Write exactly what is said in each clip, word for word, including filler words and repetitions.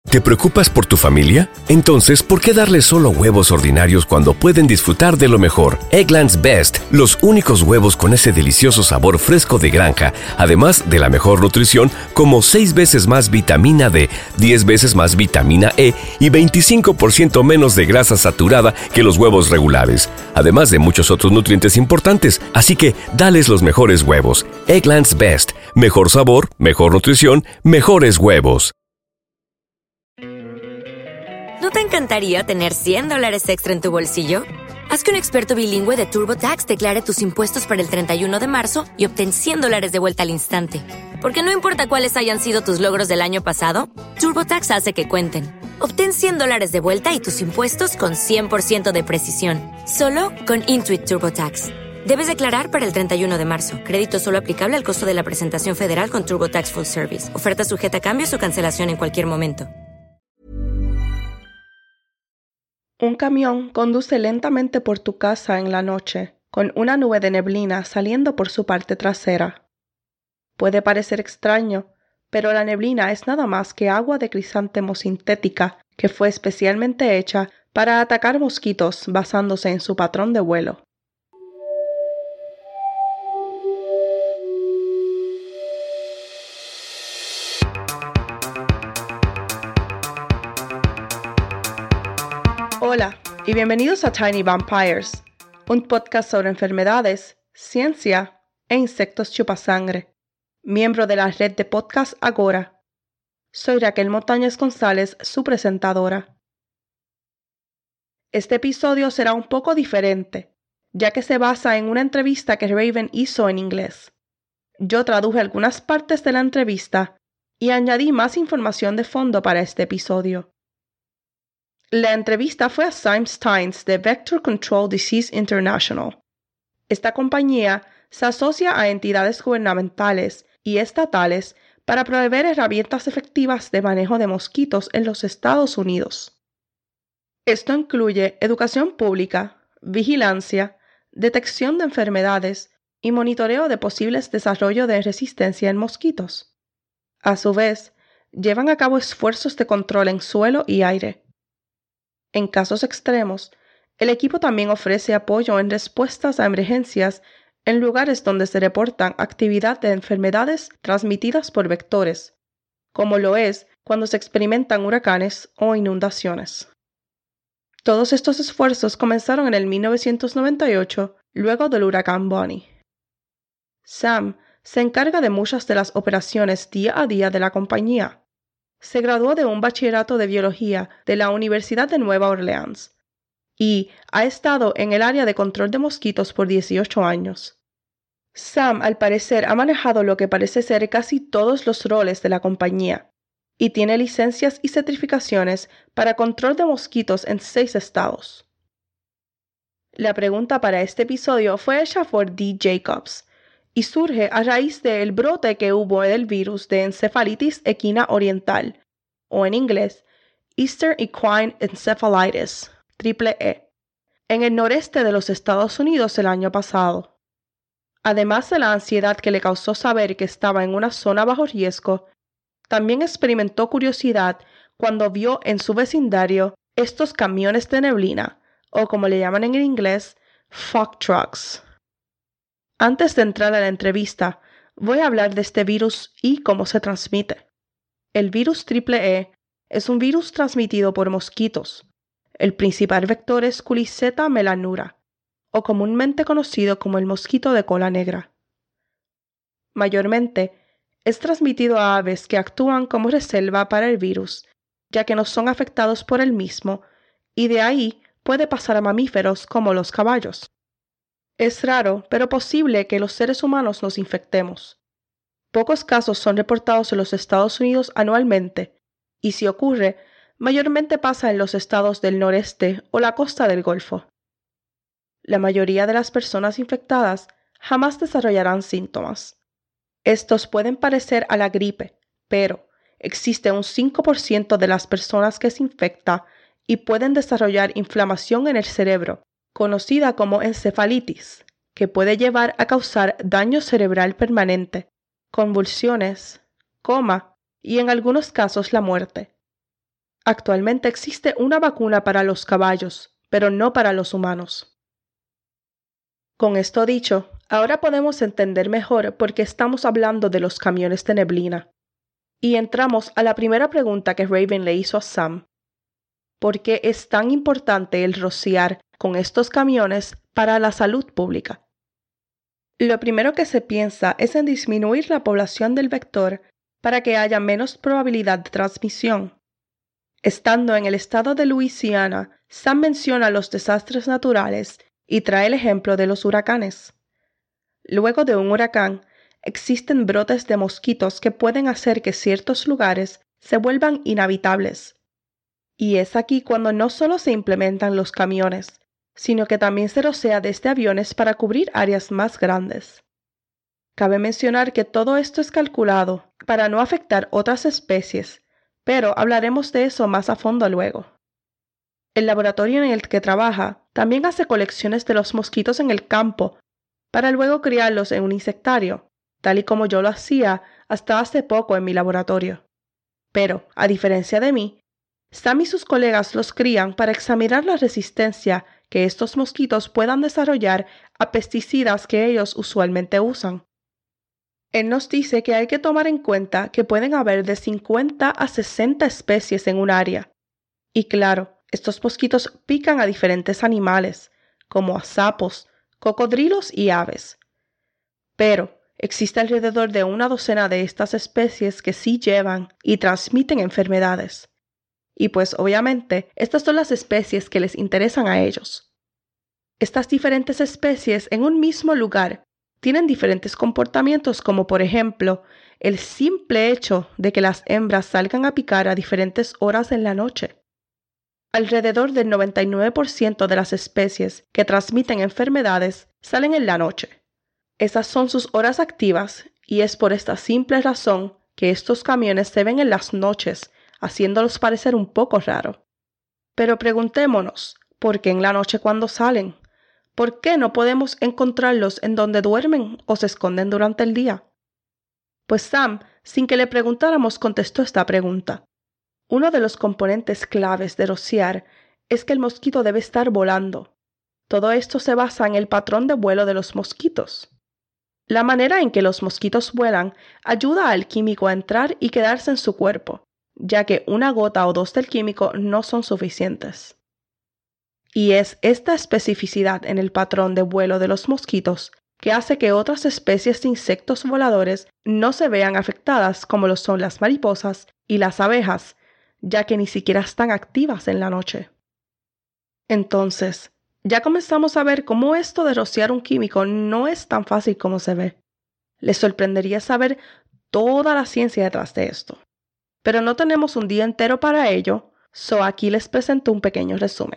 ¿Te preocupas por tu familia? Entonces, ¿por qué darles solo huevos ordinarios cuando pueden disfrutar de lo mejor? Eggland's Best, los únicos huevos con ese delicioso sabor fresco de granja, además de la mejor nutrición, como seis veces más vitamina D, diez veces más vitamina E y veinticinco por ciento menos de grasa saturada que los huevos regulares, además de muchos otros nutrientes importantes. Así que, dales los mejores huevos. Eggland's Best, mejor sabor, mejor nutrición, mejores huevos. ¿No te encantaría tener cien dólares extra en tu bolsillo? Haz que un experto bilingüe de TurboTax declare tus impuestos para el treinta y uno de marzo y obtén cien dólares de vuelta al instante. Porque no importa cuáles hayan sido tus logros del año pasado, TurboTax hace que cuenten. Obtén cien dólares de vuelta y tus impuestos con cien por ciento de precisión. Solo con Intuit TurboTax. Debes declarar para el treinta y uno de marzo. Crédito solo aplicable al costo de la presentación federal con TurboTax Full Service. Oferta sujeta a cambios o cancelación en cualquier momento. Un camión conduce lentamente por tu casa en la noche, con una nube de neblina saliendo por su parte trasera. Puede parecer extraño, pero la neblina es nada más que agua de crisantemo sintética que fue especialmente hecha para atacar mosquitos basándose en su patrón de vuelo. Hola y bienvenidos a Tiny Vampires, un podcast sobre enfermedades, ciencia e insectos chupasangre, miembro de la red de podcast Agora. Soy Raquel Montañez González, su presentadora. Este episodio será un poco diferente, ya que se basa en una entrevista que Raven hizo en inglés. Yo traduje algunas partes de la entrevista y añadí más información de fondo para este episodio. La entrevista fue a Symes Tynes de Vector Control Disease International. Esta compañía se asocia a entidades gubernamentales y estatales para proveer herramientas efectivas de manejo de mosquitos en los Estados Unidos. Esto incluye educación pública, vigilancia, detección de enfermedades y monitoreo de posibles desarrollos de resistencia en mosquitos. A su vez, llevan a cabo esfuerzos de control en suelo y aire. En casos extremos, el equipo también ofrece apoyo en respuestas a emergencias en lugares donde se reportan actividad de enfermedades transmitidas por vectores, como lo es cuando se experimentan huracanes o inundaciones. Todos estos esfuerzos comenzaron en el mil novecientos noventa y ocho, luego del huracán Bonnie. Sam se encarga de muchas de las operaciones día a día de la compañía. Se graduó de un bachillerato de biología de la Universidad de Nueva Orleans y ha estado en el área de control de mosquitos por dieciocho años. Sam, al parecer, ha manejado lo que parece ser casi todos los roles de la compañía y tiene licencias y certificaciones para control de mosquitos en seis estados. La pregunta para este episodio fue hecha por Dee Jacobs y surge a raíz del brote que hubo del virus de encefalitis equina oriental, o en inglés, Eastern Equine Encephalitis, triple E, en el noreste de los Estados Unidos el año pasado. Además de la ansiedad que le causó saber que estaba en una zona bajo riesgo, también experimentó curiosidad cuando vio en su vecindario estos camiones de neblina, o como le llaman en inglés, fog trucks. Antes de entrar a la entrevista, voy a hablar de este virus y cómo se transmite. El virus triple E es un virus transmitido por mosquitos. El principal vector es Culiceta melanura, o comúnmente conocido como el mosquito de cola negra. Mayormente, es transmitido a aves que actúan como reserva para el virus, ya que no son afectados por el mismo, y de ahí puede pasar a mamíferos como los caballos. Es raro, pero posible que los seres humanos nos infectemos. Pocos casos son reportados en los Estados Unidos anualmente, y si ocurre, mayormente pasa en los estados del noreste o la costa del Golfo. La mayoría de las personas infectadas jamás desarrollarán síntomas. Estos pueden parecer a la gripe, pero existe un cinco por ciento de las personas que se infecta y pueden desarrollar inflamación en el cerebro, conocida como encefalitis, que puede llevar a causar daño cerebral permanente, convulsiones, coma y en algunos casos la muerte. Actualmente existe una vacuna para los caballos, pero no para los humanos. Con esto dicho, ahora podemos entender mejor por qué estamos hablando de los camiones de neblina. Y entramos a la primera pregunta que Raven le hizo a Sam. ¿Por qué es tan importante el rociar con estos camiones para la salud pública? Lo primero que se piensa es en disminuir la población del vector para que haya menos probabilidad de transmisión. Estando en el estado de Luisiana, Sam menciona los desastres naturales y trae el ejemplo de los huracanes. Luego de un huracán, existen brotes de mosquitos que pueden hacer que ciertos lugares se vuelvan inhabitables. Y es aquí cuando no solo se implementan los camiones, sino que también se rocea desde aviones para cubrir áreas más grandes. Cabe mencionar que todo esto es calculado para no afectar otras especies, pero hablaremos de eso más a fondo luego. El laboratorio en el que trabaja también hace colecciones de los mosquitos en el campo para luego criarlos en un insectario, tal y como yo lo hacía hasta hace poco en mi laboratorio. Pero, a diferencia de mí, Sam y sus colegas los crían para examinar la resistencia que estos mosquitos puedan desarrollar a pesticidas que ellos usualmente usan. Él nos dice que hay que tomar en cuenta que pueden haber de cincuenta a sesenta especies en un área. Y claro, estos mosquitos pican a diferentes animales, como a sapos, cocodrilos y aves. Pero existe alrededor de una docena de estas especies que sí llevan y transmiten enfermedades. Y pues obviamente, estas son las especies que les interesan a ellos. Estas diferentes especies en un mismo lugar tienen diferentes comportamientos, como por ejemplo, el simple hecho de que las hembras salgan a picar a diferentes horas en la noche. Alrededor del noventa y nueve por ciento de las especies que transmiten enfermedades salen en la noche. Esas son sus horas activas y es por esta simple razón que estos camiones se ven en las noches, haciéndolos parecer un poco raro. Pero preguntémonos, ¿por qué en la noche cuando salen? ¿Por qué no podemos encontrarlos en donde duermen o se esconden durante el día? Pues Sam, sin que le preguntáramos, contestó esta pregunta. Uno de los componentes claves de rociar es que el mosquito debe estar volando. Todo esto se basa en el patrón de vuelo de los mosquitos. La manera en que los mosquitos vuelan ayuda al químico a entrar y quedarse en su cuerpo, ya que una gota o dos del químico no son suficientes. Y es esta especificidad en el patrón de vuelo de los mosquitos que hace que otras especies de insectos voladores no se vean afectadas, como lo son las mariposas y las abejas, ya que ni siquiera están activas en la noche. Entonces, ya comenzamos a ver cómo esto de rociar un químico no es tan fácil como se ve. Les sorprendería saber toda la ciencia detrás de esto. Pero no tenemos un día entero para ello, so aquí les presento un pequeño resumen.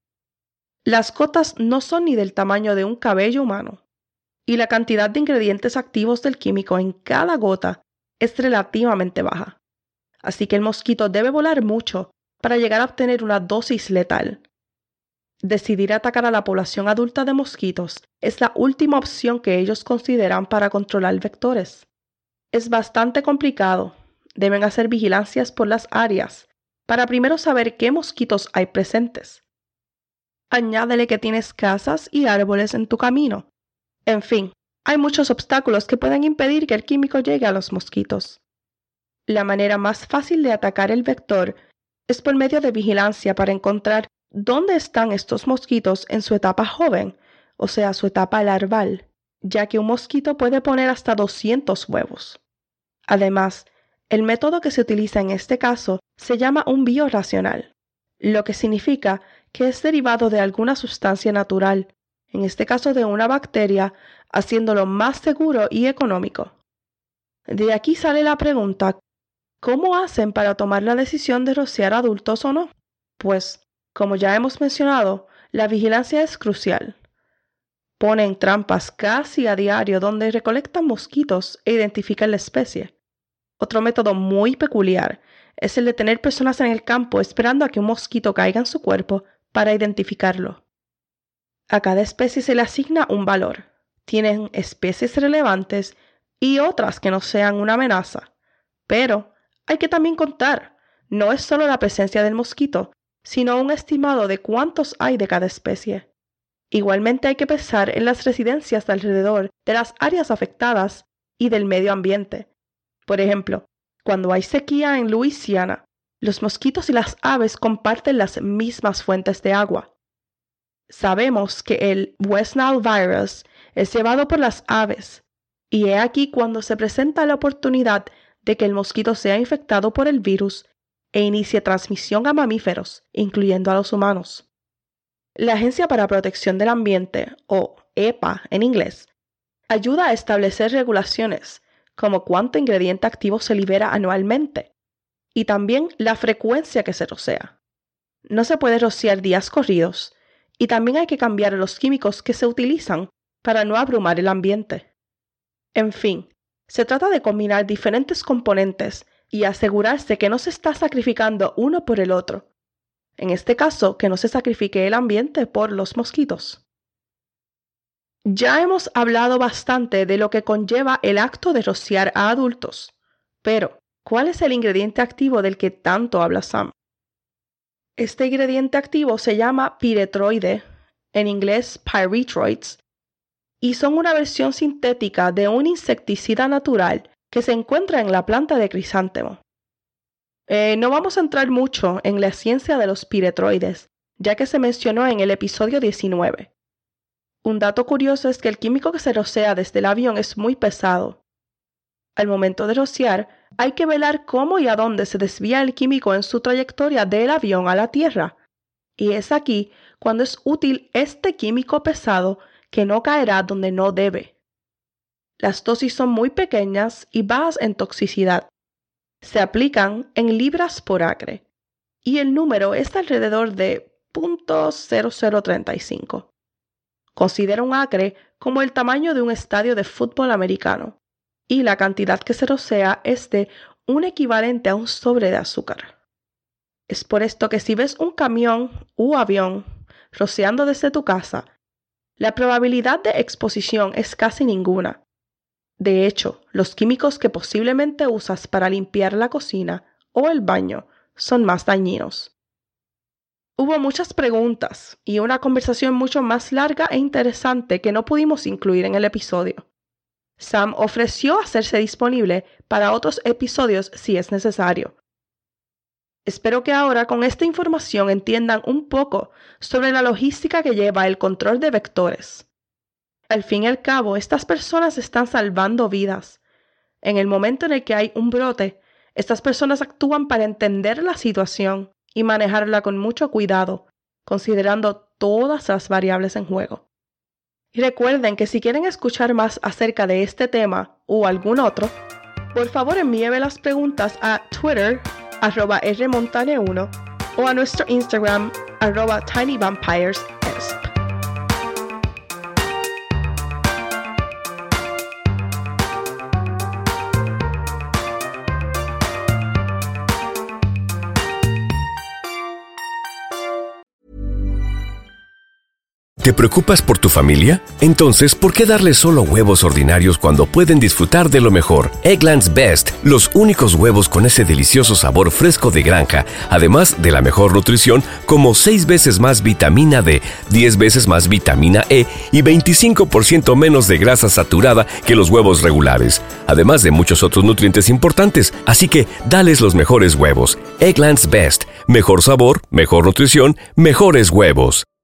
Las gotas no son ni del tamaño de un cabello humano, y la cantidad de ingredientes activos del químico en cada gota es relativamente baja. Así que el mosquito debe volar mucho para llegar a obtener una dosis letal. Decidir atacar a la población adulta de mosquitos es la última opción que ellos consideran para controlar vectores. Es bastante complicado. Deben hacer vigilancias por las áreas para primero saber qué mosquitos hay presentes. Añádele que tienes casas y árboles en tu camino. En fin, hay muchos obstáculos que pueden impedir que el químico llegue a los mosquitos. La manera más fácil de atacar el vector es por medio de vigilancia para encontrar dónde están estos mosquitos en su etapa joven, o sea, su etapa larval, ya que un mosquito puede poner hasta doscientos huevos. Además, el método que se utiliza en este caso se llama un biorracional, lo que significa que es derivado de alguna sustancia natural, en este caso de una bacteria, haciéndolo más seguro y económico. De aquí sale la pregunta, ¿cómo hacen para tomar la decisión de rociar adultos o no? Pues, como ya hemos mencionado, la vigilancia es crucial. Ponen trampas casi a diario donde recolectan mosquitos e identifican la especie. Otro método muy peculiar es el de tener personas en el campo esperando a que un mosquito caiga en su cuerpo para identificarlo. A cada especie se le asigna un valor. Tienen especies relevantes y otras que no sean una amenaza. Pero hay que también contar, no es solo la presencia del mosquito, sino un estimado de cuántos hay de cada especie. Igualmente hay que pensar en las residencias alrededor de las áreas afectadas y del medio ambiente. Por ejemplo, cuando hay sequía en Luisiana, los mosquitos y las aves comparten las mismas fuentes de agua. Sabemos que el West Nile virus es llevado por las aves, y he aquí cuando se presenta la oportunidad de que el mosquito sea infectado por el virus e inicie transmisión a mamíferos, incluyendo a los humanos. La Agencia para Protección del Ambiente, o E P A en inglés, ayuda a establecer regulaciones como cuánto ingrediente activo se libera anualmente y también la frecuencia que se rocea. No se puede rociar días corridos y también hay que cambiar los químicos que se utilizan para no abrumar el ambiente. En fin, se trata de combinar diferentes componentes y asegurarse que no se está sacrificando uno por el otro. En este caso, que no se sacrifique el ambiente por los mosquitos. Ya hemos hablado bastante de lo que conlleva el acto de rociar a adultos, pero ¿cuál es el ingrediente activo del que tanto habla Sam? Este ingrediente activo se llama piretroide, en inglés pyrethroids, y son una versión sintética de un insecticida natural que se encuentra en la planta de crisántemo. Eh, no vamos a entrar mucho en la ciencia de los piretroides, ya que se mencionó en el episodio diecinueve. Un dato curioso es que el químico que se rocea desde el avión es muy pesado. Al momento de rociar, hay que velar cómo y a dónde se desvía el químico en su trayectoria del avión a la tierra. Y es aquí cuando es útil este químico pesado que no caerá donde no debe. Las dosis son muy pequeñas y bajas en toxicidad. Se aplican en libras por acre y el número es alrededor de punto cero cero treinta y cinco. Considera un acre como el tamaño de un estadio de fútbol americano y la cantidad que se rocea es de un equivalente a un sobre de azúcar. Es por esto que si ves un camión u avión rociando desde tu casa, la probabilidad de exposición es casi ninguna. De hecho, los químicos que posiblemente usas para limpiar la cocina o el baño son más dañinos. Hubo muchas preguntas y una conversación mucho más larga e interesante que no pudimos incluir en el episodio. Sam ofreció hacerse disponible para otros episodios si es necesario. Espero que ahora con esta información entiendan un poco sobre la logística que lleva el control de vectores. Al fin y al cabo, estas personas están salvando vidas. En el momento en el que hay un brote, estas personas actúan para entender la situación y manejarla con mucho cuidado, considerando todas las variables en juego. Y recuerden que si quieren escuchar más acerca de este tema o algún otro, por favor envíenme las preguntas a Twitter, arroba rmontane uno, o a nuestro Instagram, arroba tinyvampiresesp. ¿Te preocupas por tu familia? Entonces, ¿por qué darles solo huevos ordinarios cuando pueden disfrutar de lo mejor? Eggland's Best, los únicos huevos con ese delicioso sabor fresco de granja, además de la mejor nutrición, como seis veces más vitamina D, diez veces más vitamina E y veinticinco por ciento menos de grasa saturada que los huevos regulares, además de muchos otros nutrientes importantes. Así que, dales los mejores huevos. Eggland's Best, mejor sabor, mejor nutrición, mejores huevos.